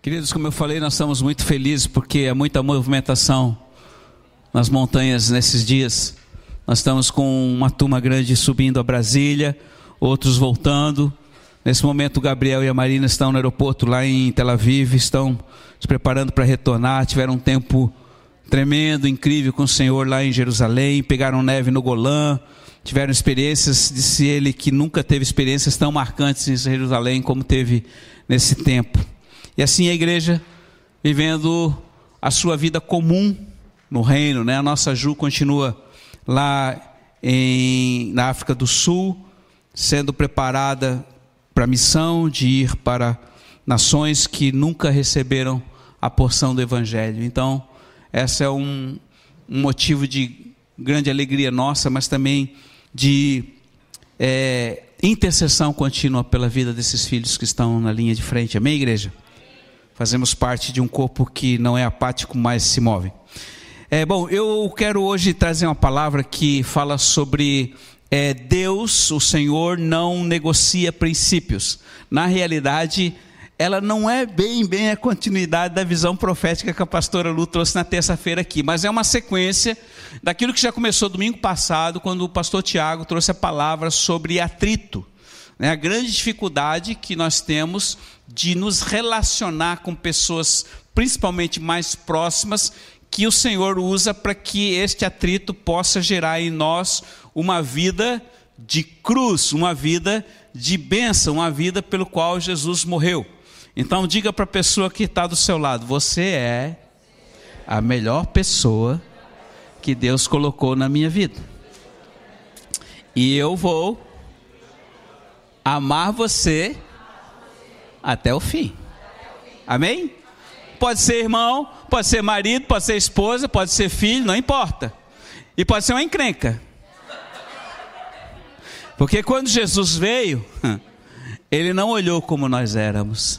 Queridos, como eu falei, nós estamos muito felizes porque há muita movimentação nas montanhas nesses dias. Nós estamos com uma turma grande subindo a Brasília, outros voltando. Nesse momento o Gabriel e a Marina estão no aeroporto lá em Tel Aviv, estão se preparando para retornar. Tiveram um tempo tremendo, incrível com o Senhor lá em Jerusalém, pegaram neve no Golã, tiveram experiências, disse ele, que nunca teve experiências tão marcantes em Jerusalém como teve nesse tempo. E assim a igreja vivendo a sua vida comum no reino, né? A nossa Ju continua lá na África do Sul, sendo preparada para a missão de ir para nações que nunca receberam a porção do Evangelho. Então, esse é um motivo de grande alegria nossa, mas também de intercessão contínua pela vida desses filhos que estão na linha de frente. Amém, igreja? Fazemos parte de um corpo que não é apático, mas se move. Bom, eu quero hoje trazer uma palavra que fala sobre Deus, o Senhor, não negocia princípios. Na realidade, ela não é bem a continuidade da visão profética que a pastora Lu trouxe na terça-feira aqui, mas é uma sequência daquilo que já começou domingo passado, quando o pastor Tiago trouxe a palavra sobre atrito. A grande dificuldade que nós temos de nos relacionar com pessoas, principalmente mais próximas, que o Senhor usa para que este atrito possa gerar em nós uma vida de cruz, uma vida de bênção, uma vida pelo qual Jesus morreu. Então diga para a pessoa que está do seu lado: você é a melhor pessoa que Deus colocou na minha vida, e eu vou amar você até o fim. Amém? Pode ser irmão, pode ser marido, pode ser esposa, pode ser filho, não importa. E pode ser uma encrenca. Porque quando Jesus veio, Ele não olhou como nós éramos.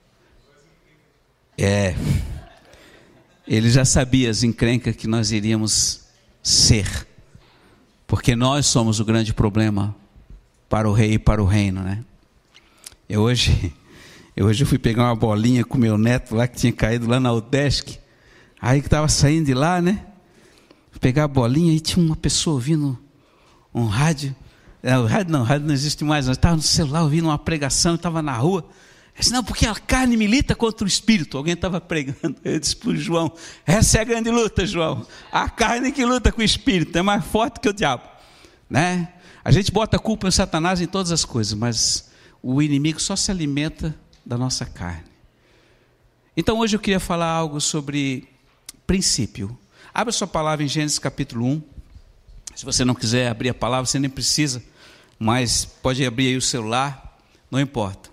Ele já sabia as encrencas que nós iríamos ser. Porque nós somos o grande problema para o rei e para o reino, né? Hoje eu fui pegar uma bolinha com meu neto lá, que tinha caído lá na UDESC. Aí que estava saindo de lá, né? Fui pegar a bolinha e tinha uma pessoa ouvindo um rádio. O rádio não existe mais. Nós estávamos no celular ouvindo uma pregação, estava na rua. Eu disse: não, porque a carne milita contra o espírito. Alguém estava pregando. Eu disse para o João: essa é a grande luta, João. A carne que luta com o espírito é mais forte que o diabo, né? A gente bota a culpa em Satanás em todas as coisas, mas o inimigo só se alimenta da nossa carne. Então hoje eu queria falar algo sobre princípio. Abra sua palavra em Gênesis capítulo 1. Se você não quiser abrir a palavra, você nem precisa, mas pode abrir aí o celular, não importa.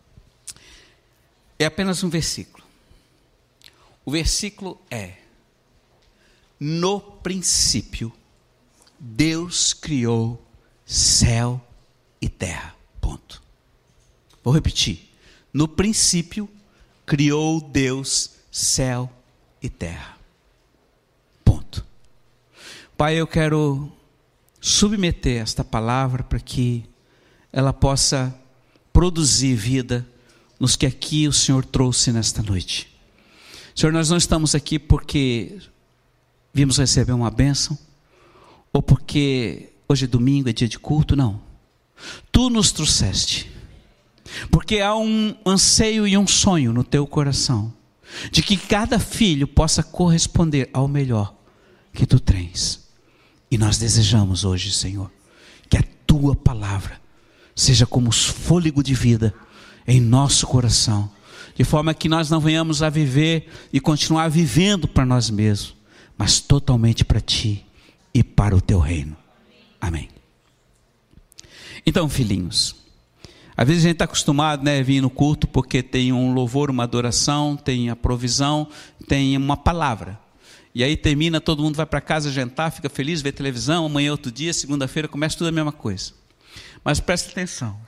É apenas um versículo. O versículo é: no princípio Deus criou céu e terra. Ponto. Vou repetir. No princípio criou Deus céu e terra. Ponto. Pai, eu quero submeter esta palavra para que ela possa produzir vida nos que aqui o Senhor trouxe nesta noite. Senhor, nós não estamos aqui porque vimos receber uma bênção, ou porque hoje é domingo, é dia de culto, não. Tu nos trouxeste porque há um anseio e um sonho no teu coração de que cada filho possa corresponder ao melhor que tu tens. E nós desejamos hoje, Senhor, que a tua palavra seja como fôlego de vida em nosso coração, de forma que nós não venhamos a viver e continuar vivendo para nós mesmos, mas totalmente para ti e para o teu reino. Amém. Então, filhinhos, às vezes a gente está acostumado, né, a vir no culto porque tem um louvor, uma adoração, tem a provisão, tem uma palavra. E aí termina, todo mundo vai para casa jantar, fica feliz, vê televisão, amanhã é outro dia, segunda-feira começa tudo a mesma coisa. Mas presta atenção.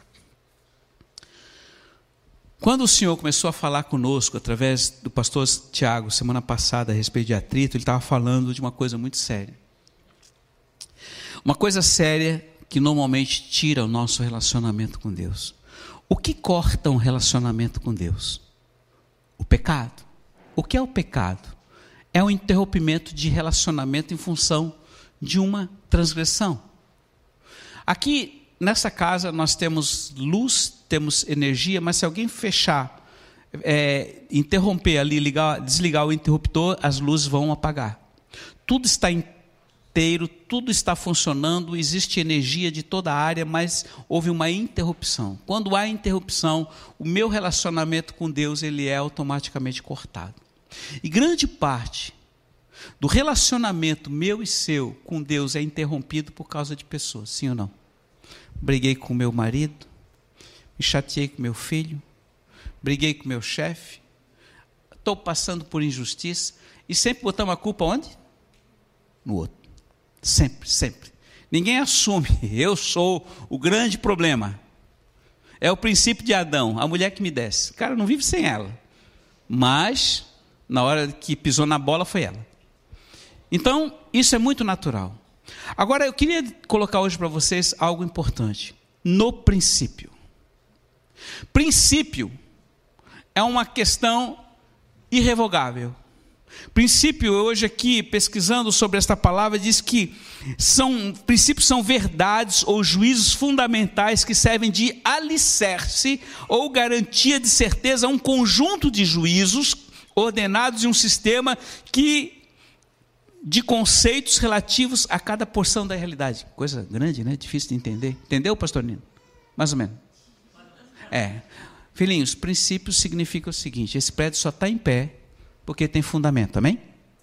Quando o Senhor começou a falar conosco, através do pastor Tiago, semana passada, a respeito de atrito, ele estava falando de uma coisa muito séria. Uma coisa séria que normalmente tira o nosso relacionamento com Deus. O que corta um relacionamento com Deus? O pecado. O que é o pecado? É um interrompimento de relacionamento em função de uma transgressão. Aqui, nessa casa, nós temos luz, temos energia, mas se alguém fechar, interromper ali, desligar o interruptor, as luzes vão apagar. Tudo está inteiro, tudo está funcionando, existe energia de toda a área, mas houve uma interrupção. Quando há interrupção, o meu relacionamento com Deus ele é automaticamente cortado. E grande parte do relacionamento meu e seu com Deus é interrompido por causa de pessoas, sim ou não? Briguei com meu marido, me chateei com meu filho, briguei com meu chefe, estou passando por injustiça, e sempre botamos a culpa onde? No outro. Sempre, sempre. Ninguém assume, eu sou o grande problema. É o princípio de Adão, a mulher que me desce. Cara, não vive sem ela. Mas, na hora que pisou na bola, foi ela. Então, isso é muito natural. Agora, eu queria colocar hoje para vocês algo importante. No princípio. Princípio é uma questão irrevogável. Princípio, hoje aqui, pesquisando sobre esta palavra, diz que princípios são verdades ou juízos fundamentais que servem de alicerce ou garantia de certeza a um conjunto de juízos ordenados em um sistema de conceitos relativos a cada porção da realidade. Coisa grande, né? Difícil de entender. Entendeu, pastor Nino? Mais ou menos. Filhinhos, princípios significa o seguinte: esse prédio só está em pé porque tem fundamento, amém?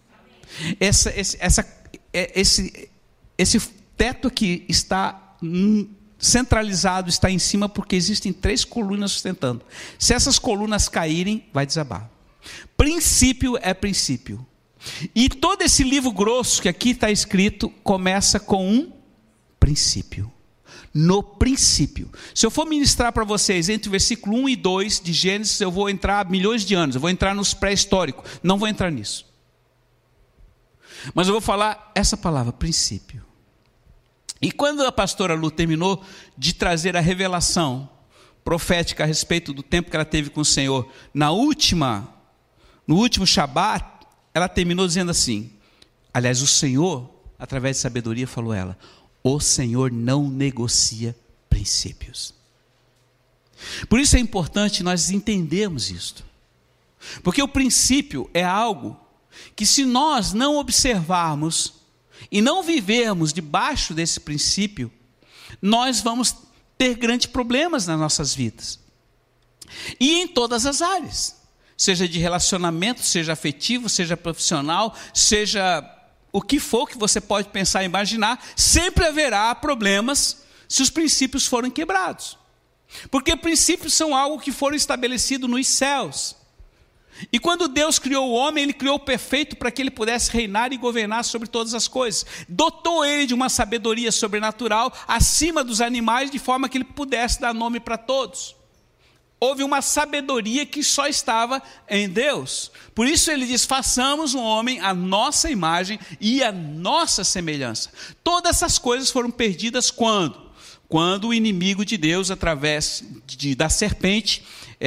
Esse teto aqui está centralizado, está em cima porque existem 3 colunas sustentando. Se essas colunas caírem, vai desabar. Princípio é princípio. E todo esse livro grosso que aqui está escrito começa com um princípio. No princípio. Se eu for ministrar para vocês entre o versículo 1 e 2 de Gênesis, eu vou entrar milhões de anos, eu vou entrar nos pré-históricos, não vou entrar nisso. Mas eu vou falar essa palavra, princípio. E quando a pastora Lu terminou de trazer a revelação profética a respeito do tempo que ela teve com o Senhor, no último Shabat, ela terminou dizendo assim, aliás, o Senhor, através de sabedoria, falou a ela: o Senhor não negocia princípios. Por isso é importante nós entendermos isto. Porque o princípio é algo que, se nós não observarmos e não vivermos debaixo desse princípio, nós vamos ter grandes problemas nas nossas vidas. E em todas as áreas. Seja de relacionamento, seja afetivo, seja profissional, seja o que for que você pode pensar e imaginar, sempre haverá problemas se os princípios forem quebrados. Porque princípios são algo que foram estabelecidos nos céus. E quando Deus criou o homem, Ele criou o perfeito para que ele pudesse reinar e governar sobre todas as coisas. Dotou ele de uma sabedoria sobrenatural acima dos animais, de forma que ele pudesse dar nome para todos. Houve uma sabedoria que só estava em Deus. Por isso ele diz: façamos um homem à nossa imagem e à nossa semelhança. Todas essas coisas foram perdidas quando? Quando o inimigo de Deus, através da serpente,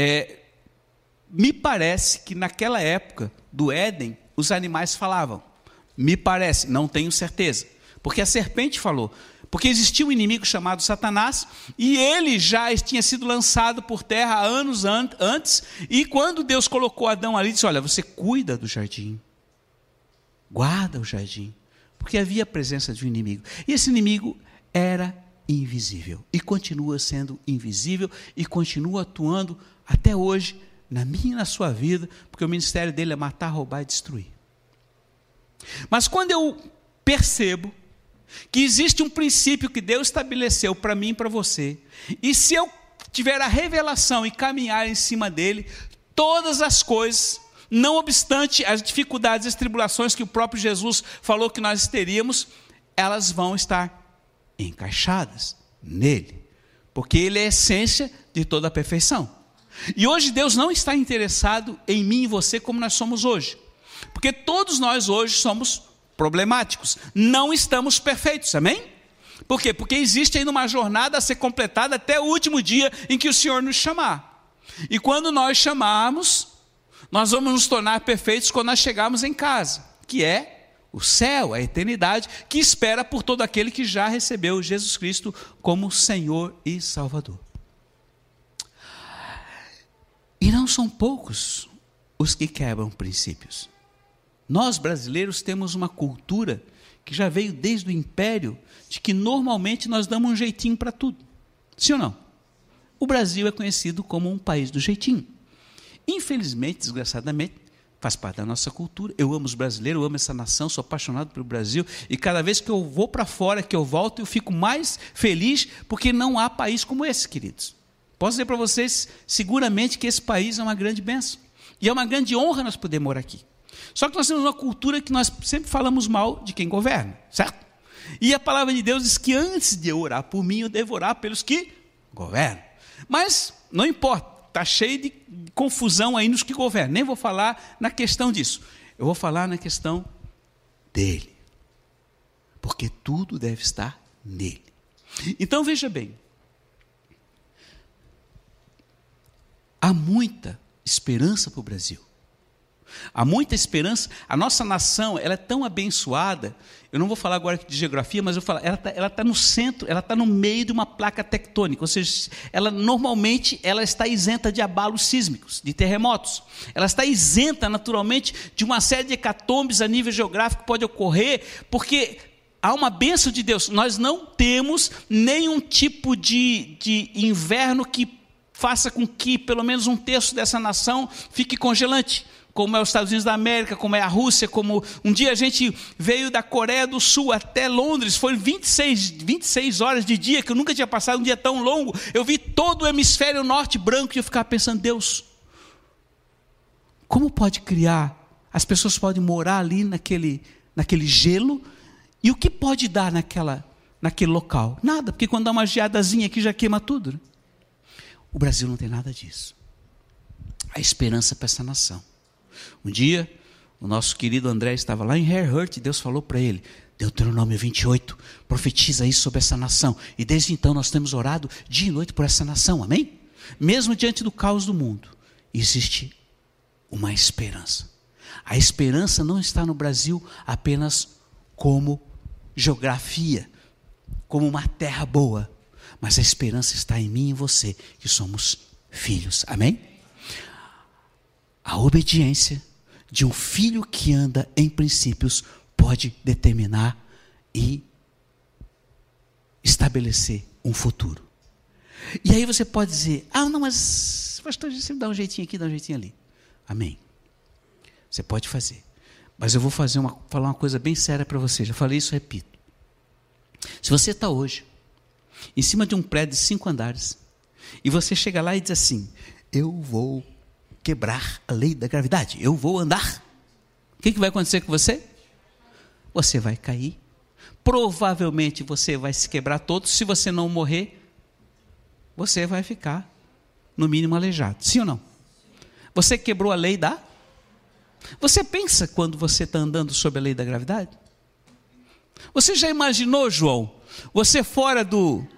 me parece que naquela época do Éden, os animais falavam. Me parece, não tenho certeza. Porque a serpente falou. Porque existia um inimigo chamado Satanás, e ele já tinha sido lançado por terra há anos antes, e quando Deus colocou Adão ali, disse: olha, você cuida do jardim, guarda o jardim, porque havia a presença de um inimigo, e esse inimigo era invisível, e continua sendo invisível, e continua atuando até hoje, na minha e na sua vida, porque o ministério dele é matar, roubar e destruir. Mas quando eu percebo que existe um princípio que Deus estabeleceu para mim e para você, e se eu tiver a revelação e caminhar em cima dele, todas as coisas, não obstante as dificuldades e as tribulações que o próprio Jesus falou que nós teríamos, elas vão estar encaixadas nele, porque ele é a essência de toda a perfeição. E hoje Deus não está interessado em mim e você como nós somos hoje, porque todos nós hoje somos problemáticos, não estamos perfeitos, amém? Por quê? Porque existe ainda uma jornada a ser completada até o último dia em que o Senhor nos chamar. E quando nós chamarmos, Nós vamos nos tornar perfeitos quando nós chegarmos em casa, que é o céu, a eternidade, que espera por todo aquele que já recebeu Jesus Cristo como Senhor e Salvador. E não são poucos os que quebram princípios. Nós, brasileiros, temos uma cultura que já veio desde o Império, de que normalmente nós damos um jeitinho para tudo. Sim ou não? O Brasil é conhecido como um país do jeitinho. Infelizmente, desgraçadamente, faz parte da nossa cultura. Eu amo os brasileiros, eu amo essa nação, sou apaixonado pelo Brasil, e cada vez que eu vou para fora, que eu volto, eu fico mais feliz, porque não há país como esse, queridos. Posso dizer para vocês, seguramente, que esse país é uma grande bênção, e é uma grande honra nós podermos morar aqui. Só que nós temos uma cultura que nós sempre falamos mal de quem governa, certo? E a palavra de Deus diz que antes de eu orar por mim, eu devo orar pelos que governam. Mas não importa, está cheio de confusão aí nos que governam. Nem vou falar na questão disso. Eu vou falar na questão dele. Porque tudo deve estar nele. Então veja bem. Há muita esperança para o Brasil. Há muita esperança. A nossa nação, ela é tão abençoada. Eu não vou falar agora de geografia, mas eu falo, ela está no centro, ela está no meio de uma placa tectônica. Ou seja, normalmente ela está isenta de abalos sísmicos, de terremotos. Ela está isenta naturalmente de uma série de hecatombes a nível geográfico que pode ocorrer, porque há uma bênção de Deus. Nós não temos nenhum tipo de inverno que faça com que pelo menos um terço dessa nação fique congelante, como é os Estados Unidos da América, como é a Rússia, como um dia a gente veio da Coreia do Sul até Londres, foi 26 horas de dia, que eu nunca tinha passado um dia tão longo, eu vi todo o hemisfério norte branco, e eu ficava pensando, Deus, como pode criar, as pessoas podem morar ali naquele gelo, e o que pode dar naquele local? Nada, porque quando dá uma geadazinha aqui já queima tudo, né? O Brasil não tem nada disso. A esperança para essa nação. Um dia, o nosso querido André estava lá em Herhurt e Deus falou para ele, Deuteronômio 28, profetiza isso sobre essa nação. E desde então nós temos orado dia e noite por essa nação, amém? Mesmo diante do caos do mundo, existe uma esperança. A esperança não está no Brasil apenas como geografia, como uma terra boa, mas a esperança está em mim e em você, que somos filhos, amém? A obediência de um filho que anda em princípios pode determinar e estabelecer um futuro. E aí você pode dizer, não, mas pastor, você dá um jeitinho aqui, dá um jeitinho ali. Amém. Você pode fazer. Mas eu vou falar uma coisa bem séria para você, já falei isso, repito. Se você está hoje em cima de um prédio de 5 andares, e você chega lá e diz assim, eu vou quebrar a lei da gravidade, eu vou andar, o que vai acontecer com você? Você vai cair, provavelmente você vai se quebrar todo, se você não morrer, você vai ficar no mínimo aleijado, sim ou não? Você quebrou a lei da... Você pensa quando você está andando sob a lei da gravidade? Você já imaginou, João, você fora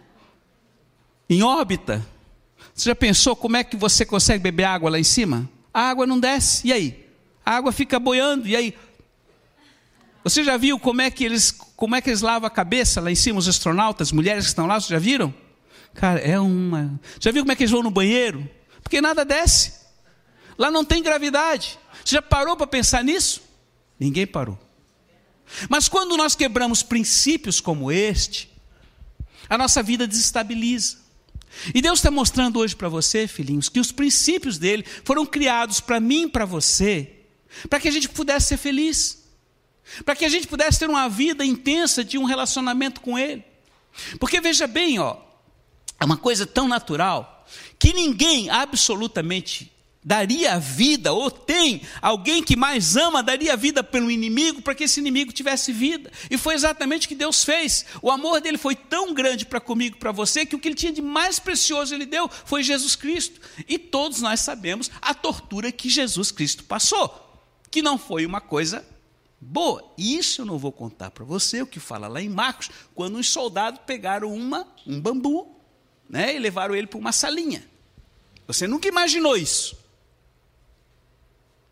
em órbita? Você já pensou como é que você consegue beber água lá em cima? A água não desce, e aí? A água fica boiando, e aí? Você já viu como é que eles lavam a cabeça lá em cima, os astronautas, as mulheres que estão lá, você já viram? Cara, já viu como é que eles vão no banheiro? Porque nada desce. Lá não tem gravidade. Você já parou para pensar nisso? Ninguém parou. Mas quando nós quebramos princípios como este, a nossa vida desestabiliza. E Deus está mostrando hoje para você, filhinhos, que os princípios dele foram criados para mim e para você, para que a gente pudesse ser feliz, para que a gente pudesse ter uma vida intensa de um relacionamento com ele. Porque veja bem, é uma coisa tão natural, que ninguém absolutamente daria a vida, ou tem alguém que mais ama, daria a vida pelo inimigo, para que esse inimigo tivesse vida. E foi exatamente o que Deus fez. O amor dele foi tão grande para comigo, para você, que o que ele tinha de mais precioso ele deu, foi Jesus Cristo. E todos nós sabemos a tortura que Jesus Cristo passou, que não foi uma coisa boa. Isso eu não vou contar para você, o que fala lá em Marcos, quando os soldados pegaram um bambu, né, e levaram ele para uma salinha. Você nunca imaginou isso.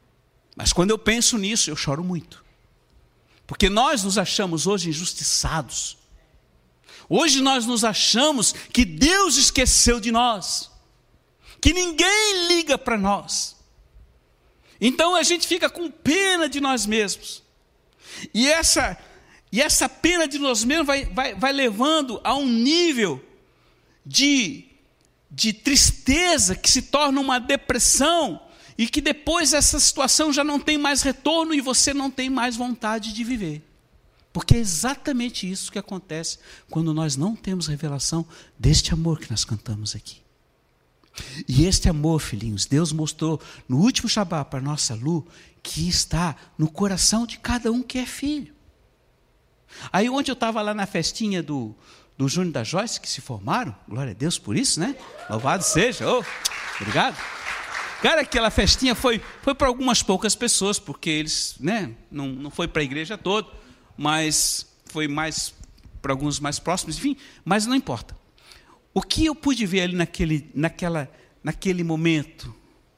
Mas quando eu penso nisso, eu choro muito. Porque nós nos achamos hoje injustiçados. Hoje nós nos achamos que Deus esqueceu de nós. Que ninguém liga para nós. Então a gente fica com pena de nós mesmos. E essa pena de nós mesmos vai levando a um nível de tristeza que se torna uma depressão. E que depois essa situação já não tem mais retorno e você não tem mais vontade de viver. Porque é exatamente isso que acontece quando nós não temos revelação deste amor que nós cantamos aqui. E este amor, filhinhos, Deus mostrou no último Shabat para a nossa Lu, que está no coração de cada um que é filho. Aí onde eu estava lá na festinha do Júnior e da Joyce, que se formaram, glória a Deus por isso, né? Louvado seja, obrigado. Cara, aquela festinha foi para algumas poucas pessoas, porque eles, né, não foi para a igreja toda, mas foi mais para alguns mais próximos, enfim, mas não importa. O que eu pude ver ali naquele momento?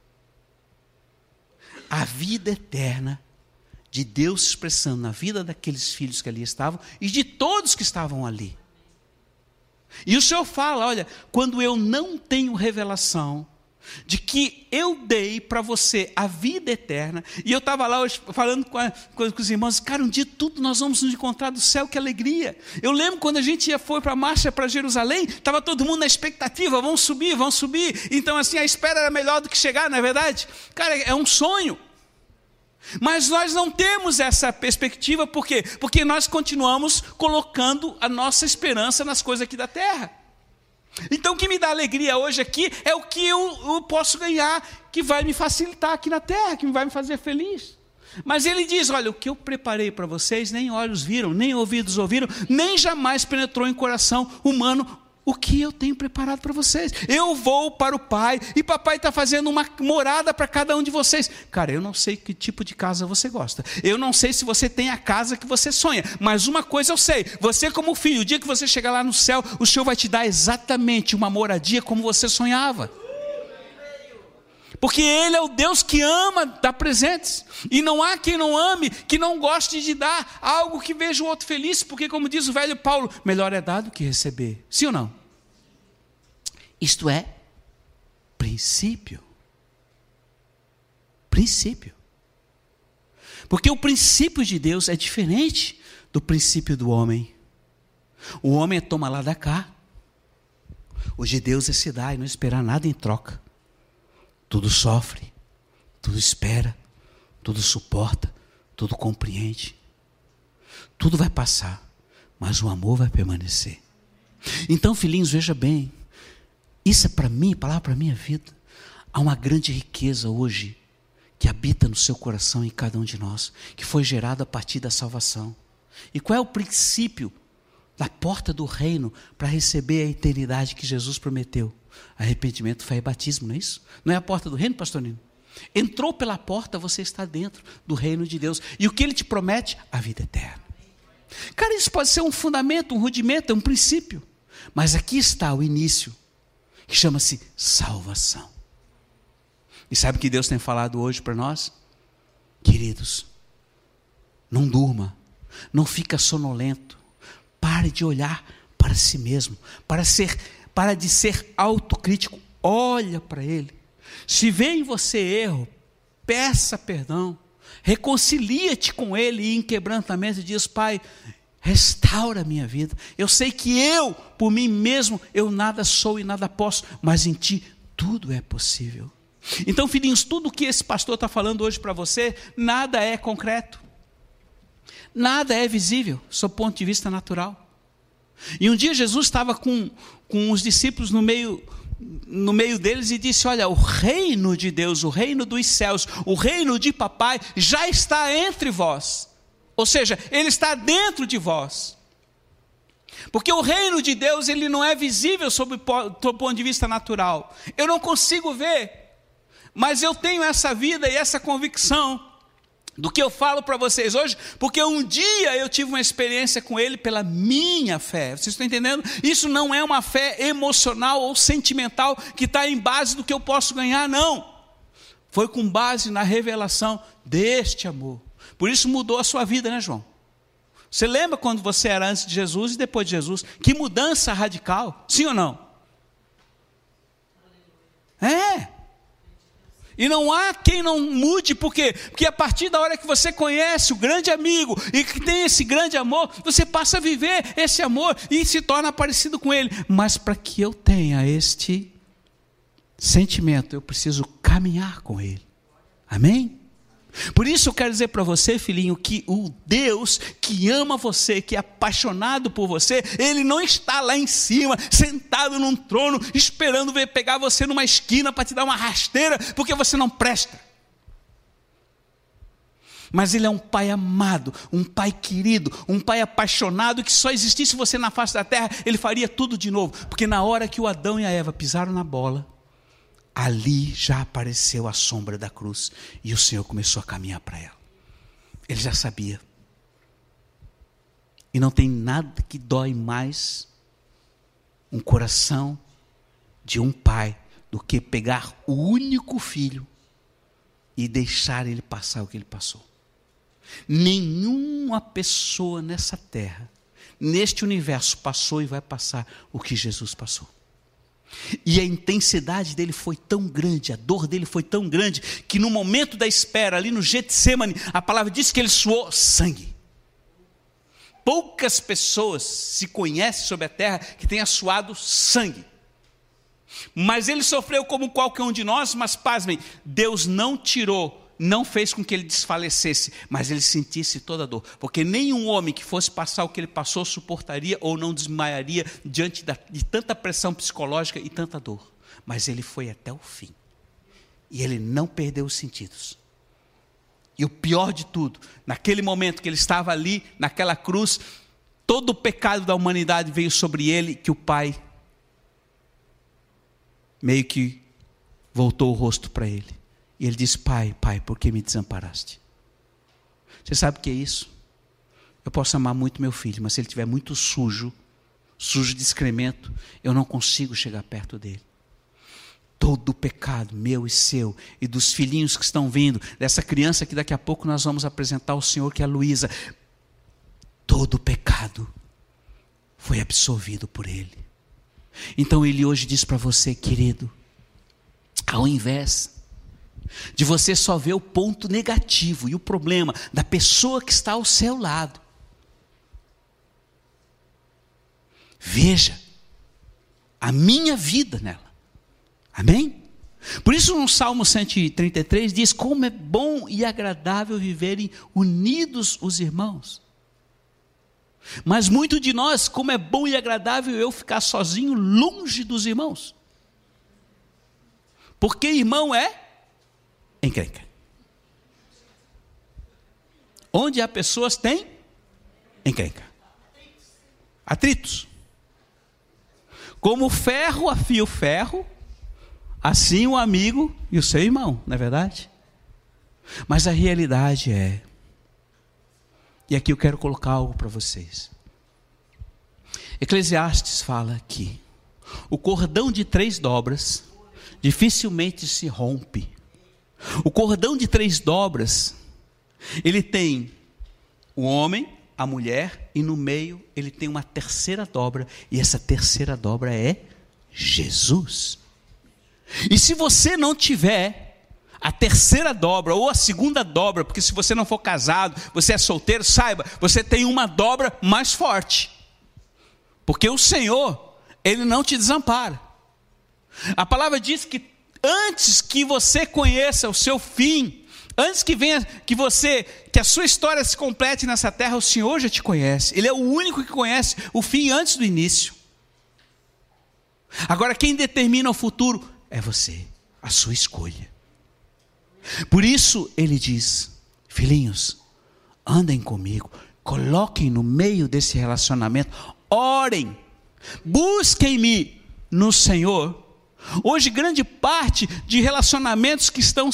A vida eterna de Deus expressando na vida daqueles filhos que ali estavam e de todos que estavam ali. E o Senhor fala, olha, quando eu não tenho revelação de que eu dei para você a vida eterna, e eu estava lá hoje falando com os irmãos, cara, um dia tudo nós vamos nos encontrar do céu, que alegria. Eu lembro quando a gente foi para a marcha para Jerusalém, estava todo mundo na expectativa, vão subir, então assim, a espera era melhor do que chegar, não é verdade? Cara, é um sonho. Mas nós não temos essa perspectiva, por quê? Porque nós continuamos colocando a nossa esperança nas coisas aqui da terra. Então o que me dá alegria hoje aqui é o que eu posso ganhar, que vai me facilitar aqui na terra, que vai me fazer feliz. Mas ele diz, olha, o que eu preparei para vocês, nem olhos viram, nem ouvidos ouviram, nem jamais penetrou em coração humano, o que eu tenho preparado para vocês. Eu vou para o Pai, e papai está fazendo uma morada para cada um de vocês. Cara, eu não sei que tipo de casa você gosta, eu não sei se você tem a casa que você sonha, mas uma coisa eu sei, você como filho, o dia que você chegar lá no céu, o Senhor vai te dar exatamente uma moradia como você sonhava. Porque Ele é o Deus que ama dar presentes. E não há quem não ame, que não goste de dar algo que veja o outro feliz. Porque como diz o velho Paulo, melhor é dar do que receber. Sim ou não? Isto é princípio. Princípio. Porque o princípio de Deus é diferente do princípio do homem. O homem é toma lá da cá. O de Deus é se dar e não esperar nada em troca. Tudo sofre, tudo espera, tudo suporta, tudo compreende. Tudo vai passar, mas o amor vai permanecer. Então, filhinhos, veja bem, isso é para mim, palavra para a minha vida. Há uma grande riqueza hoje que habita no seu coração em cada um de nós, que foi gerada a partir da salvação. E qual é o princípio da porta do reino para receber a eternidade que Jesus prometeu? Arrependimento, fé e batismo, não é isso? Não é a porta do reino, pastor Nino? Entrou pela porta, você está dentro do reino de Deus. E o que Ele te promete? A vida eterna. Cara, isso pode ser um fundamento, um rudimento, um princípio. Mas aqui está o início, que chama-se salvação. E sabe o que Deus tem falado hoje para nós? Queridos, não durma, não fica sonolento. Pare de olhar para si mesmo, para de ser autocrítico, olha para Ele. Se vê em você erro, peça perdão, reconcilia-te com Ele e em quebrantamento diz, Pai, restaura a minha vida. Eu sei que eu, por mim mesmo, eu nada sou e nada posso, mas em Ti tudo é possível. Então, filhinhos, tudo que esse pastor está falando hoje para você, nada é concreto, nada é visível, sob o ponto de vista natural. E um dia Jesus estava com os discípulos no meio deles e disse, olha, o reino de Deus, o reino dos céus, o reino de papai já está entre vós. Ou seja, ele está dentro de vós. Porque o reino de Deus, ele não é visível sob o ponto de vista natural. Eu não consigo ver, mas eu tenho essa vida e essa convicção do que eu falo para vocês hoje, porque um dia eu tive uma experiência com Ele pela minha fé. Vocês estão entendendo? Isso não é uma fé emocional ou sentimental que está em base do que eu posso ganhar, não. Foi com base na revelação deste amor. Por isso mudou a sua vida, né, João? Você lembra quando você era antes de Jesus e depois de Jesus? Que mudança radical, sim ou não? É. E não há quem não mude, por quê? Porque a partir da hora que você conhece o grande amigo e que tem esse grande amor, você passa a viver esse amor e se torna parecido com ele. Mas para que eu tenha este sentimento, eu preciso caminhar com ele. Amém? Por isso eu quero dizer para você, filhinho, que o Deus que ama você, que é apaixonado por você, Ele não está lá em cima, sentado num trono, esperando ver pegar você numa esquina para te dar uma rasteira, porque você não presta. Mas Ele é um Pai amado, um Pai querido, um Pai apaixonado, que só existisse você na face da terra, Ele faria tudo de novo. Porque na hora que o Adão e a Eva pisaram na bola, ali já apareceu a sombra da cruz e o Senhor começou a caminhar para ela. Ele já sabia. E não tem nada que dói mais um coração de um pai do que pegar o único filho e deixar ele passar o que ele passou. Nenhuma pessoa nessa terra, neste universo, passou e vai passar o que Jesus passou. E a intensidade dele foi tão grande, a dor dele foi tão grande, que no momento da espera, ali no Getsêmani, a palavra diz que ele suou sangue. Poucas pessoas se conhecem sobre a terra que tenha suado sangue. Mas ele sofreu como qualquer um de nós, mas pasmem, Deus não tirou, não fez com que ele desfalecesse, mas ele sentisse toda a dor, porque nenhum homem que fosse passar o que ele passou suportaria ou não desmaiaria diante de tanta pressão psicológica e tanta dor. Mas ele foi até o fim, e ele não perdeu os sentidos. E o pior de tudo, naquele momento que ele estava ali, naquela cruz, todo o pecado da humanidade veio sobre ele, que o Pai meio que voltou o rosto para ele. E ele disse: Pai, por que me desamparaste? Você sabe o que é isso? Eu posso amar muito meu filho, mas se ele estiver muito sujo de excremento, eu não consigo chegar perto dele. Todo o pecado meu e seu, e dos filhinhos que estão vindo, dessa criança que daqui a pouco nós vamos apresentar ao Senhor, que é a Luísa, todo o pecado foi absolvido por ele. Então ele hoje diz para você, querido, ao invés de você só ver o ponto negativo e o problema da pessoa que está ao seu lado, veja a minha vida nela. Amém? Por isso no Salmo 133 diz: como é bom e agradável viverem unidos os irmãos. Mas muito de nós, como é bom e agradável eu ficar sozinho longe dos irmãos. Porque irmão é encrenca. Onde há pessoas tem encrenca, atritos. Como o ferro afia o ferro, assim o amigo e o seu irmão, não é verdade? Mas a realidade é, e aqui eu quero colocar algo para vocês. Eclesiastes fala que o cordão de 3 dobras dificilmente se rompe. O cordão de 3 dobras, ele tem o homem, a mulher, e no meio ele tem uma terceira dobra, e essa terceira dobra é Jesus. E se você não tiver a terceira dobra ou a segunda dobra, porque se você não for casado, você é solteiro, saiba, você tem uma dobra mais forte, porque o Senhor, Ele não te desampara. A palavra diz que antes que você conheça o seu fim, antes que venha, que a sua história se complete nessa terra, o Senhor já te conhece. Ele é o único que conhece o fim antes do início. Agora quem determina o futuro é você, a sua escolha. Por isso ele diz: filhinhos, andem comigo, coloquem no meio desse relacionamento, orem, busquem-me no Senhor. Hoje grande parte de relacionamentos que estão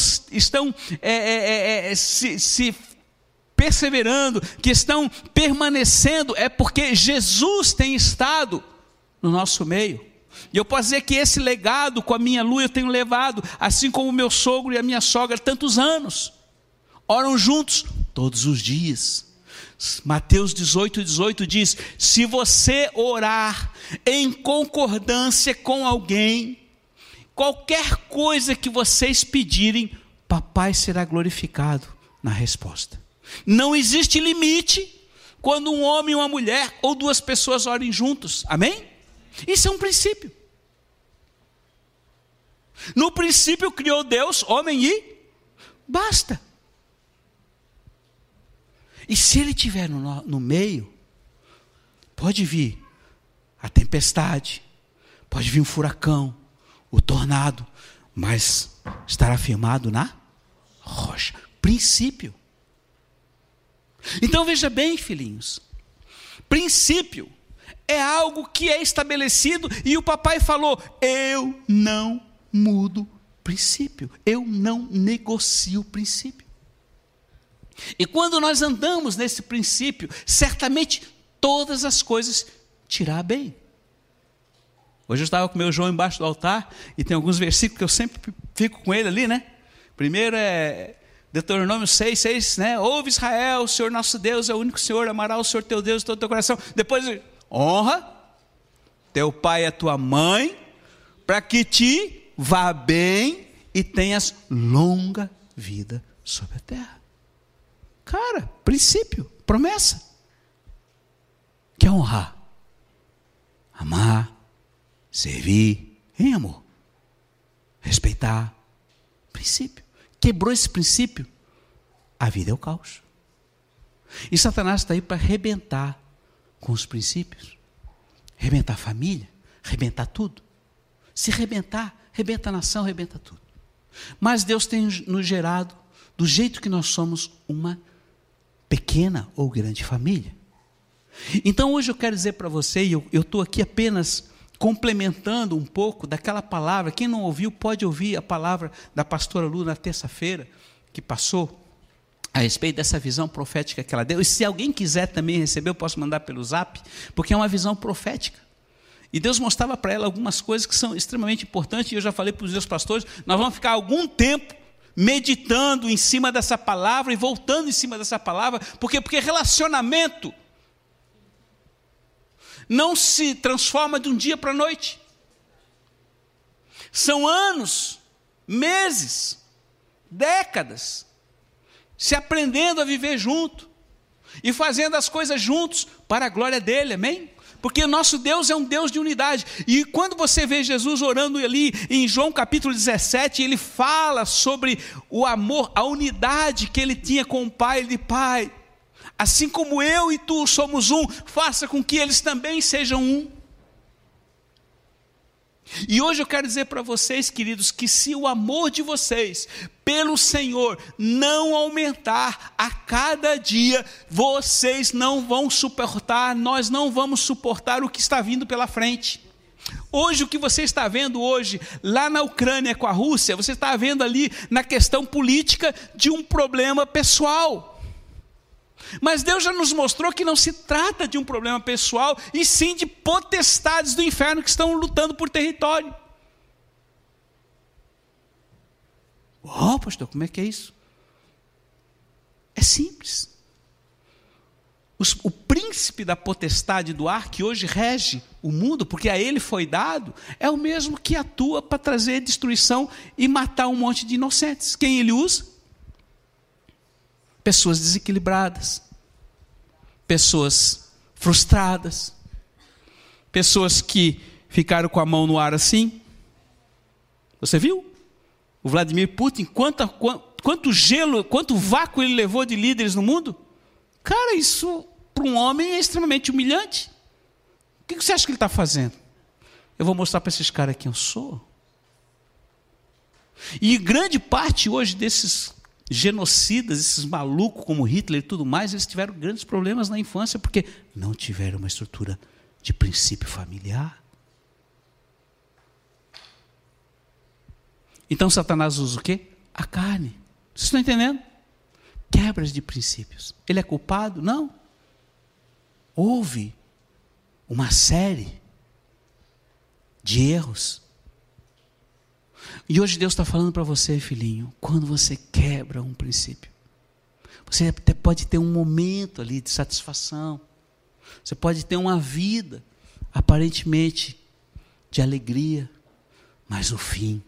se perseverando, que estão permanecendo, é porque Jesus tem estado no nosso meio. E eu posso dizer que esse legado com a minha Lu eu tenho levado, assim como o meu sogro e a minha sogra, tantos anos. Oram juntos todos os dias. Mateus 18 diz: se você orar em concordância com alguém, qualquer coisa que vocês pedirem, papai será glorificado na resposta. Não existe limite quando um homem, uma mulher ou duas pessoas orem juntos. Amém? Isso é um princípio. No princípio criou Deus, homem e basta. E se ele estiver no meio, pode vir a tempestade, pode vir um furacão, o tornado, mas estará firmado na rocha. Princípio. Então veja bem, filhinhos, princípio é algo que é estabelecido, e o papai falou: eu não mudo princípio, eu não negocio princípio. E quando nós andamos nesse princípio, certamente todas as coisas te irá bem. Hoje eu estava com o meu João embaixo do altar, e tem alguns versículos que eu sempre fico com ele ali, né? Primeiro é Deuteronômio 6, né? Ouve Israel, o Senhor nosso Deus é o único Senhor, amará o Senhor teu Deus de todo o teu coração. Depois, honra teu pai e a tua mãe, para que te vá bem e tenhas longa vida sobre a terra. Cara, princípio, promessa. Quer honrar, amar, servir em amor, respeitar, princípio. Quebrou esse princípio, a vida é o caos. E Satanás está aí para arrebentar com os princípios, arrebentar a família, arrebentar tudo. Se arrebentar, arrebenta a nação, arrebenta tudo. Mas Deus tem nos gerado, do jeito que nós somos, uma pequena ou grande família. Então hoje eu quero dizer para você, e eu estou aqui apenas complementando um pouco daquela palavra. Quem não ouviu pode ouvir a palavra da pastora Lu na terça-feira, que passou a respeito dessa visão profética que ela deu. E se alguém quiser também receber, eu posso mandar pelo zap, porque é uma visão profética. E Deus mostrava para ela algumas coisas que são extremamente importantes, e eu já falei para os meus pastores, nós vamos ficar algum tempo meditando em cima dessa palavra e voltando em cima dessa palavra. Por quê? Porque relacionamento não se transforma de um dia para a noite. São anos, meses, décadas, se aprendendo a viver junto e fazendo as coisas juntos para a glória dele, amém? Porque o nosso Deus é um Deus de unidade. E quando você vê Jesus orando ali em João capítulo 17, ele fala sobre o amor, a unidade que ele tinha com o Pai. Ele diz: Pai, assim como eu e tu somos um, faça com que eles também sejam um. E hoje eu quero dizer para vocês, queridos, que se o amor de vocês pelo Senhor não aumentar a cada dia, vocês não vão suportar, nós não vamos suportar o que está vindo pela frente. Hoje o que você está vendo hoje, lá na Ucrânia com a Rússia, você está vendo ali na questão política de um problema pessoal. Mas Deus já nos mostrou que não se trata de um problema pessoal, e sim de potestades do inferno que estão lutando por território. Oh, pastor, como é que é isso? É simples. O príncipe da potestade do ar, que hoje rege o mundo, porque a ele foi dado, é o mesmo que atua para trazer destruição e matar um monte de inocentes. Quem ele usa? Pessoas desequilibradas, pessoas frustradas, pessoas que ficaram com a mão no ar assim. Você viu? O Vladimir Putin, quanto gelo, quanto vácuo ele levou de líderes no mundo? Cara, isso para um homem é extremamente humilhante. O que você acha que ele está fazendo? Eu vou mostrar para esses caras quem eu sou. E grande parte hoje desses genocidas, esses malucos como Hitler e tudo mais, eles tiveram grandes problemas na infância, porque não tiveram uma estrutura de princípio familiar. Então Satanás usa o quê? A carne. Vocês estão entendendo? Quebras de princípios. Ele é culpado? Não. Houve uma série de erros. E hoje Deus está falando para você, filhinho, quando você quebra um princípio, você até pode ter um momento ali de satisfação, você pode ter uma vida aparentemente de alegria, mas o fim.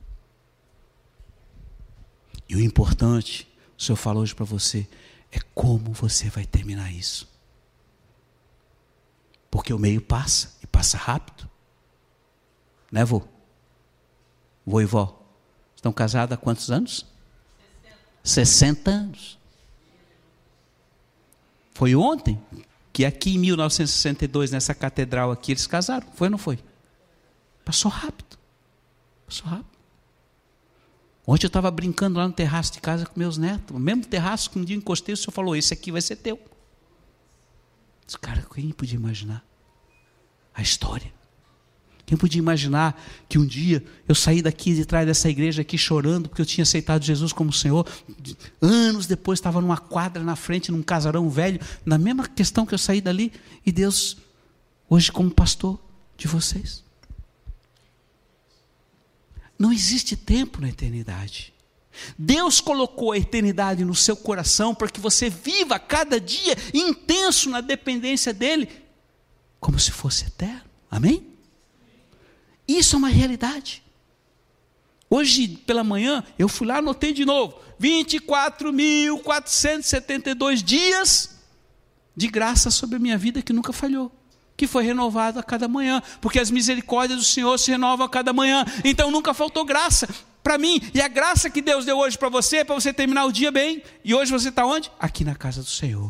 E o importante, o Senhor falou hoje para você, é como você vai terminar isso. Porque o meio passa, e passa rápido. Né, vô? Vô e vó, estão casados há quantos anos? 60 anos. Foi ontem que aqui em 1962, nessa catedral aqui, eles casaram. Foi ou não foi? Passou rápido. Passou rápido. Ontem eu estava brincando lá no terraço de casa com meus netos. O mesmo terraço que um dia encostei, o Senhor falou, esse aqui vai ser teu. Disse, cara, quem podia imaginar a história? Quem podia imaginar que um dia eu saí daqui de trás dessa igreja aqui chorando porque eu tinha aceitado Jesus como Senhor. Anos depois estava numa quadra na frente, num casarão velho, na mesma questão que eu saí dali, e Deus, hoje como pastor de vocês. Não existe tempo na eternidade. Deus colocou a eternidade no seu coração para que você viva cada dia intenso na dependência dEle, como se fosse eterno. Amém? Isso é uma realidade. Hoje pela manhã, eu fui lá, anotei de novo, 24.472 dias de graça sobre a minha vida que nunca falhou, que foi renovado a cada manhã, porque as misericórdias do Senhor se renovam a cada manhã, então nunca faltou graça para mim, e a graça que Deus deu hoje para você, é para você terminar o dia bem, e hoje você está onde? Aqui na casa do Senhor.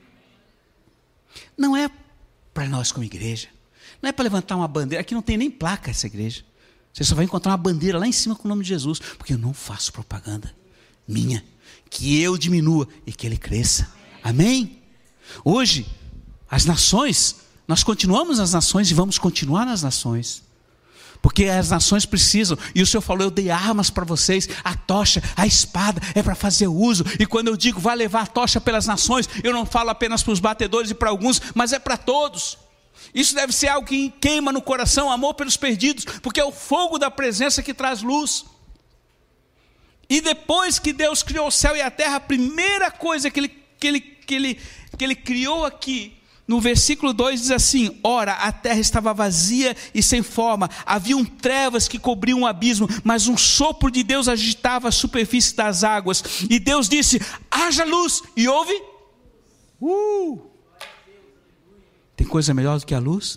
Não é para nós como igreja, não é para levantar uma bandeira, aqui não tem nem placa essa igreja, você só vai encontrar uma bandeira lá em cima com o nome de Jesus, porque eu não faço propaganda minha, que eu diminua e que Ele cresça, amém? Hoje, as nações, nós continuamos nas nações e vamos continuar nas nações, porque as nações precisam, e o Senhor falou, eu dei armas para vocês, a tocha, a espada, é para fazer uso, e quando eu digo, vai levar a tocha pelas nações, eu não falo apenas para os batedores e para alguns, mas é para todos. Isso deve ser algo que queima no coração, amor pelos perdidos, porque é o fogo da presença que traz luz. E depois que Deus criou o céu e a terra, a primeira coisa que ele criou aqui, no versículo 2 diz assim, ora, a terra estava vazia e sem forma, haviam trevas que cobriam o abismo, mas um sopro de Deus agitava a superfície das águas, e Deus disse, haja luz, e houve? Tem coisa melhor do que a luz?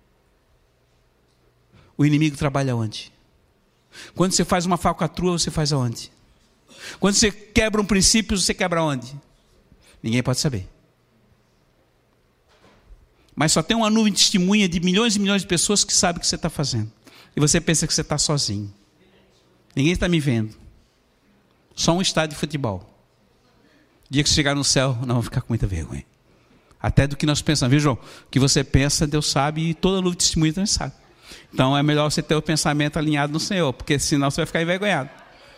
O inimigo trabalha onde? Quando você faz uma falcatrua, você faz aonde? Quando você quebra um princípio, você quebra onde? Ninguém pode saber. Mas só tem uma nuvem de testemunha de milhões e milhões de pessoas que sabem o que você está fazendo. E você pensa que você está sozinho. Ninguém está me vendo. Só um estádio de futebol. O dia que você chegar no céu, não, vou ficar com muita vergonha. Até do que nós pensamos, viu, João? O que você pensa, Deus sabe, e toda nuvem de testemunha também sabe. Então é melhor você ter o pensamento alinhado no Senhor, porque senão você vai ficar envergonhado.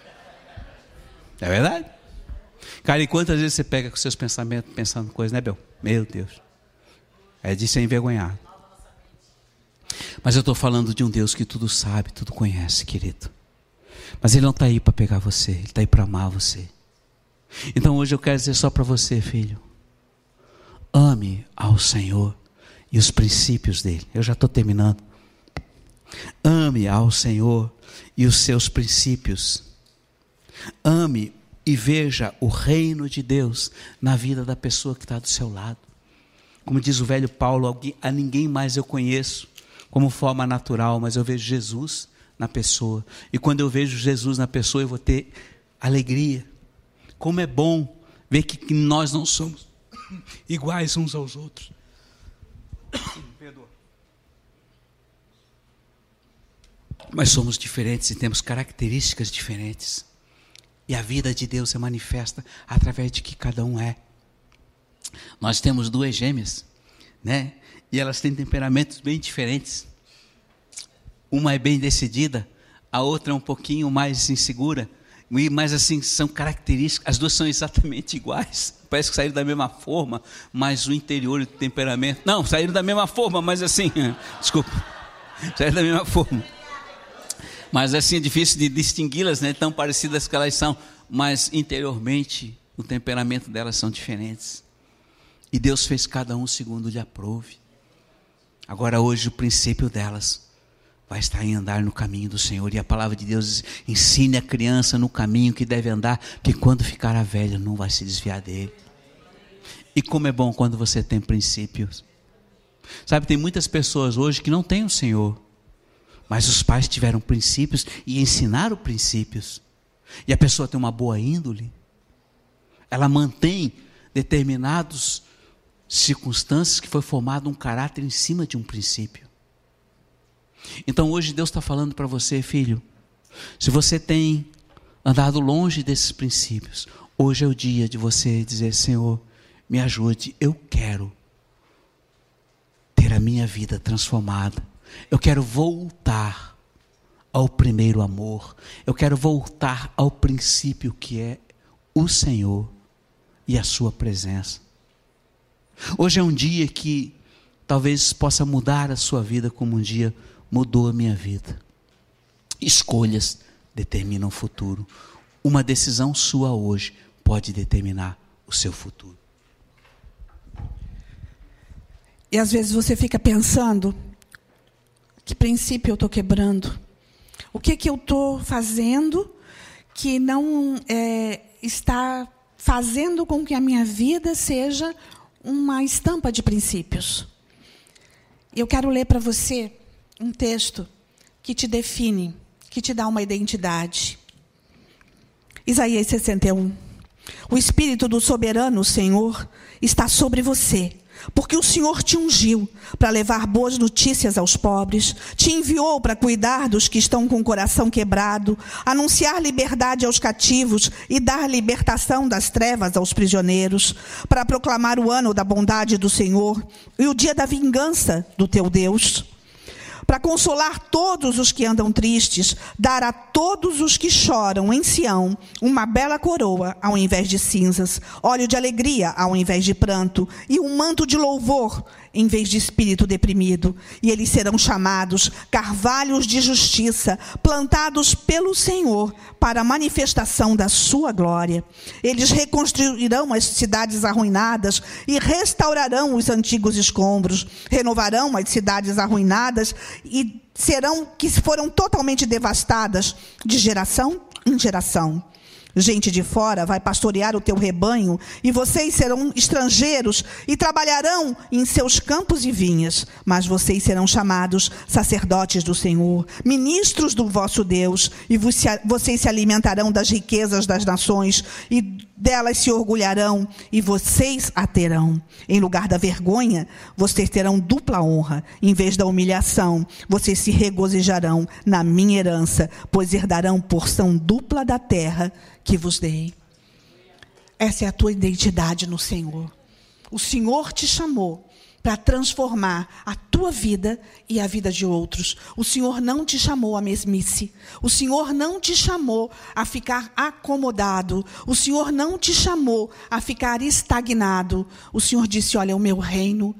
É verdade? Cara, e quantas vezes você pega com seus pensamentos, pensando coisas, né, Bel? Meu Deus. É de ser envergonhado. Mas eu estou falando de um Deus que tudo sabe, tudo conhece, querido. Mas Ele não está aí para pegar você, Ele está aí para amar você. Então hoje eu quero dizer só para você, filho. Ame ao Senhor e os princípios dEle. Eu já estou terminando. Ame ao Senhor e os seus princípios. Ame e veja o reino de Deus na vida da pessoa que está do seu lado. Como diz o velho Paulo, a ninguém mais eu conheço como forma natural, mas eu vejo Jesus na pessoa. E quando eu vejo Jesus na pessoa, eu vou ter alegria. Como é bom ver que nós não somos iguais uns aos outros. Perdoa. Mas somos diferentes e temos características diferentes. E a vida de Deus se manifesta através de que cada um é. Nós temos duas gêmeas, né? E elas têm temperamentos bem diferentes. Uma é bem decidida, a outra é um pouquinho mais insegura. Mas assim, são características, as duas são exatamente iguais. Parece que saíram da mesma forma, mas o interior e o temperamento... Não, saíram da mesma forma, mas assim... Desculpa. Saem da mesma forma. Mas assim é difícil de distingui-las, né? Tão parecidas que elas são, mas interiormente o temperamento delas são diferentes. E Deus fez cada um segundo lhe aprouve. Agora hoje o princípio delas vai estar em andar no caminho do Senhor. E a palavra de Deus diz: ensine a criança no caminho que deve andar, que quando ficar a velha não vai se desviar dele. E como é bom quando você tem princípios. Sabe, tem muitas pessoas hoje que não têm o Senhor, mas os pais tiveram princípios e ensinaram princípios. E a pessoa tem uma boa índole. Ela mantém determinadas circunstâncias que foi formado um caráter em cima de um princípio. Então hoje Deus está falando para você, filho, se você tem andado longe desses princípios, hoje é o dia de você dizer: Senhor, me ajude, eu quero ter a minha vida transformada, eu quero voltar ao primeiro amor, eu quero voltar ao princípio que é o Senhor e a sua presença. Hoje é um dia que talvez possa mudar a sua vida como um dia mudou a minha vida. Escolhas determinam o futuro. Uma decisão sua hoje pode determinar o seu futuro. E às vezes você fica pensando: que princípio eu estou quebrando? O que eu estou fazendo que não está fazendo com que a minha vida seja uma estampa de princípios? Eu quero ler para você um texto que te define, que te dá uma identidade. Isaías 61. O Espírito do soberano Senhor está sobre você, porque o Senhor te ungiu para levar boas notícias aos pobres, te enviou para cuidar dos que estão com o coração quebrado, anunciar liberdade aos cativos e dar libertação das trevas aos prisioneiros, para proclamar o ano da bondade do Senhor e o dia da vingança do teu Deus, para consolar todos os que andam tristes, dar a todos os que choram em Sião uma bela coroa ao invés de cinzas, óleo de alegria ao invés de pranto, e um manto de louvor em vez de espírito deprimido. E eles serão chamados carvalhos de justiça, plantados pelo Senhor para a manifestação da sua glória. Eles reconstruirão as cidades arruinadas e restaurarão os antigos escombros, renovarão as cidades arruinadas e que foram totalmente devastadas de geração em geração. Gente de fora vai pastorear o teu rebanho, e vocês serão estrangeiros e trabalharão em seus campos e vinhas. Mas vocês serão chamados sacerdotes do Senhor, ministros do vosso Deus, e vocês se alimentarão das riquezas das nações, e delas se orgulharão, e vocês a terão. Em lugar da vergonha, vocês terão dupla honra. Em vez da humilhação, vocês se regozijarão na minha herança, pois herdarão porção dupla da terra que vos dei. Essa é a tua identidade no Senhor. O Senhor te chamou para transformar a tua vida e a vida de outros. O Senhor não te chamou à mesmice. O Senhor não te chamou a ficar acomodado. O Senhor não te chamou a ficar estagnado. O Senhor disse: olha, o meu reino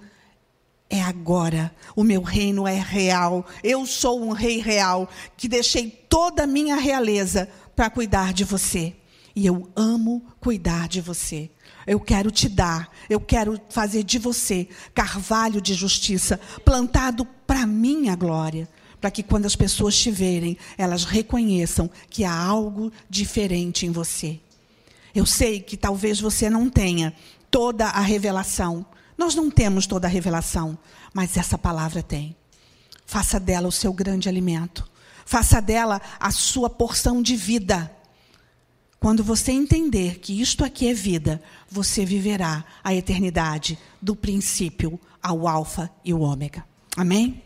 é agora. O meu reino é real. Eu sou um rei real que deixei toda a minha realeza para cuidar de você. E eu amo cuidar de você. Eu quero te dar, eu quero fazer de você carvalho de justiça, plantado para a minha glória, para que quando as pessoas te verem, elas reconheçam que há algo diferente em você. Eu sei que talvez você não tenha toda a revelação. Nós não temos toda a revelação, mas essa palavra tem. Faça dela o seu grande alimento. Faça dela a sua porção de vida. Quando você entender que isto aqui é vida, você viverá a eternidade do princípio ao alfa e o ômega. Amém?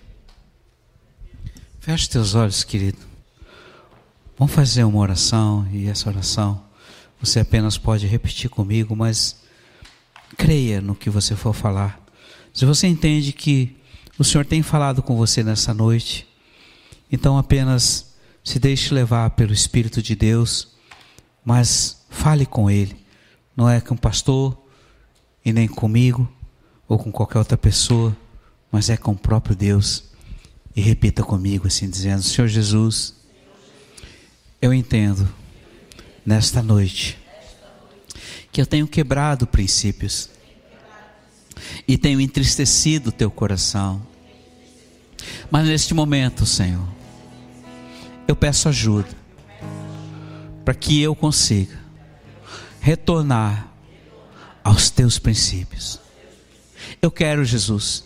Feche teus olhos, querido. Vamos fazer uma oração, e essa oração você apenas pode repetir comigo, mas creia no que você for falar. Se você entende que o Senhor tem falado com você nessa noite, então apenas se deixe levar pelo Espírito de Deus, mas fale com Ele. Não é com o pastor e nem comigo ou com qualquer outra pessoa, mas é com o próprio Deus. E repita comigo assim, dizendo: Senhor Jesus, eu entendo nesta noite que eu tenho quebrado princípios e tenho entristecido o teu coração. Mas neste momento, Senhor, eu peço ajuda para que eu consiga retornar aos teus princípios. Eu quero, Jesus,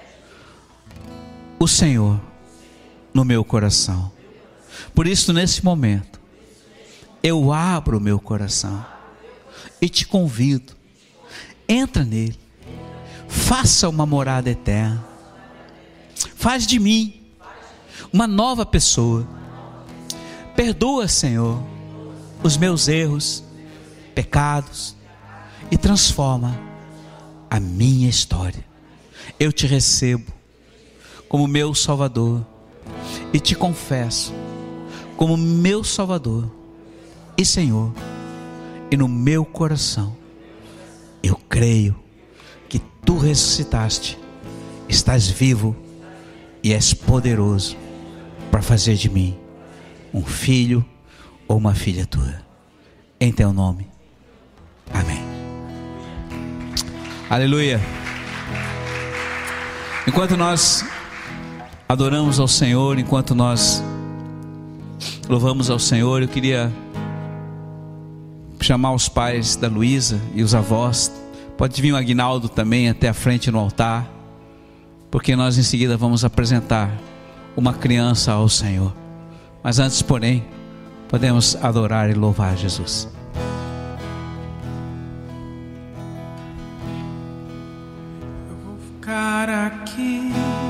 o Senhor no meu coração. Por isso, nesse momento, eu abro o meu coração e te convido, entra nele, faça uma morada eterna, faz de mim uma nova pessoa. Perdoa, Senhor, os meus erros, pecados, e transforma a minha história. Eu te recebo como meu Salvador e te confesso como meu Salvador e Senhor. E no meu coração eu creio que tu ressuscitaste, estás vivo e és poderoso para fazer de mim um filho ou uma filha tua. Em teu nome, amém. Aleluia. Enquanto nós adoramos ao Senhor, enquanto nós louvamos ao Senhor, eu queria chamar os pais da Luísa e os avós. Pode vir o Aguinaldo também até a frente no altar, porque nós em seguida vamos apresentar uma criança ao Senhor. Mas antes, porém, podemos adorar e louvar Jesus. Eu vou ficar aqui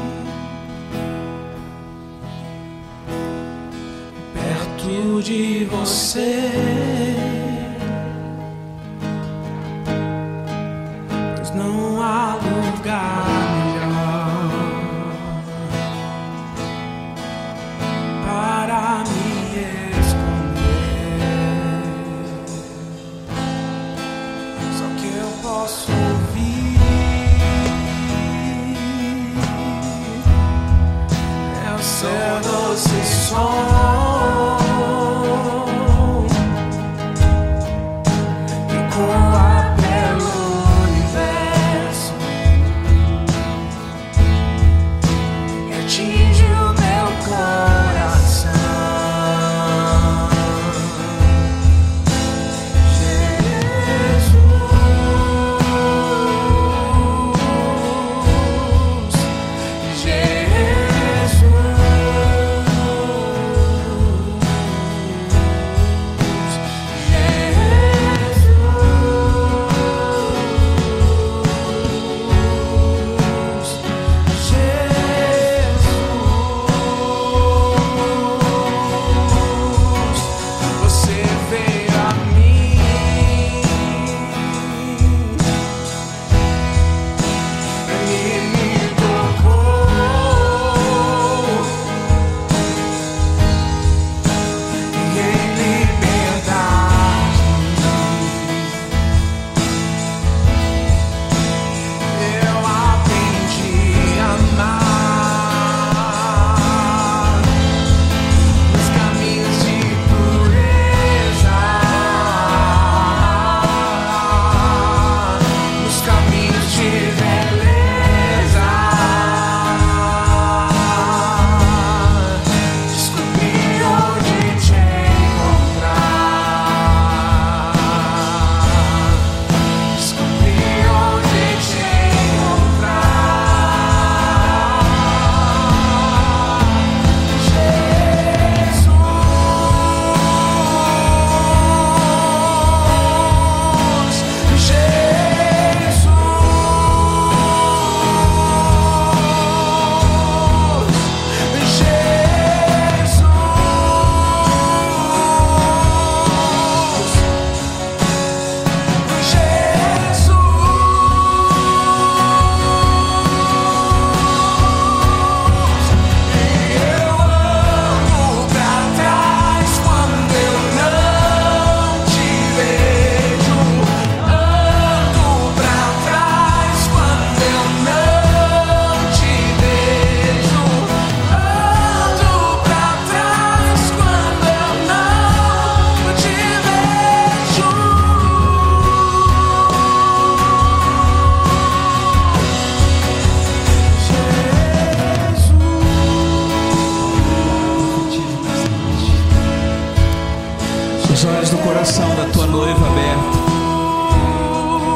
perto de você, pois não há lugar melhor para me esconder. Só que eu posso ouvir é o seu doce som.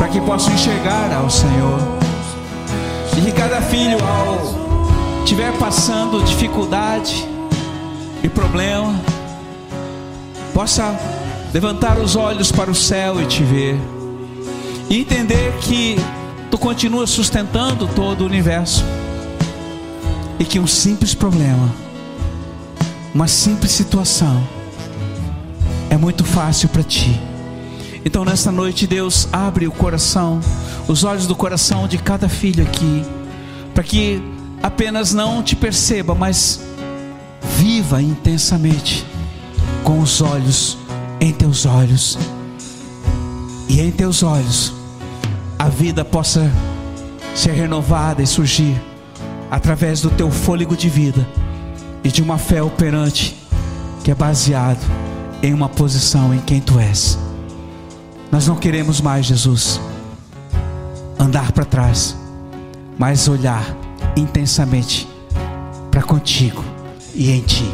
para que possam enxergar ao Senhor. E que cada filho, ao estiver passando dificuldade e problema, possa levantar os olhos para o céu e te ver, e entender que tu continuas sustentando todo o universo, e que um simples problema, uma simples situação é muito fácil para ti. Então nesta noite, Deus, abre o coração, os olhos do coração de cada filho aqui, para que apenas não te perceba, mas viva intensamente com os olhos em teus olhos, e em teus olhos a vida possa ser renovada e surgir através do teu fôlego de vida e de uma fé operante que é baseado em uma posição em quem tu és. Nós não queremos mais, Jesus, andar para trás, mas olhar intensamente para contigo e em ti.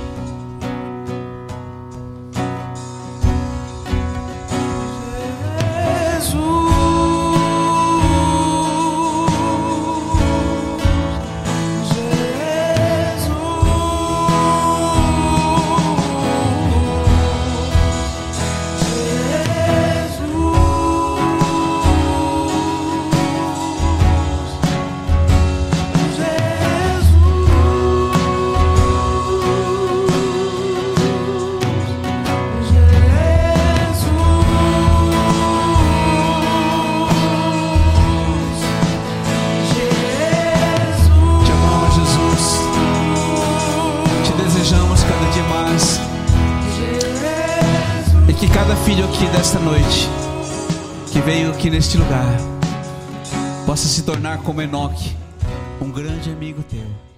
E que cada filho aqui desta noite, que veio aqui neste lugar, possa se tornar como Enoque, um grande amigo teu.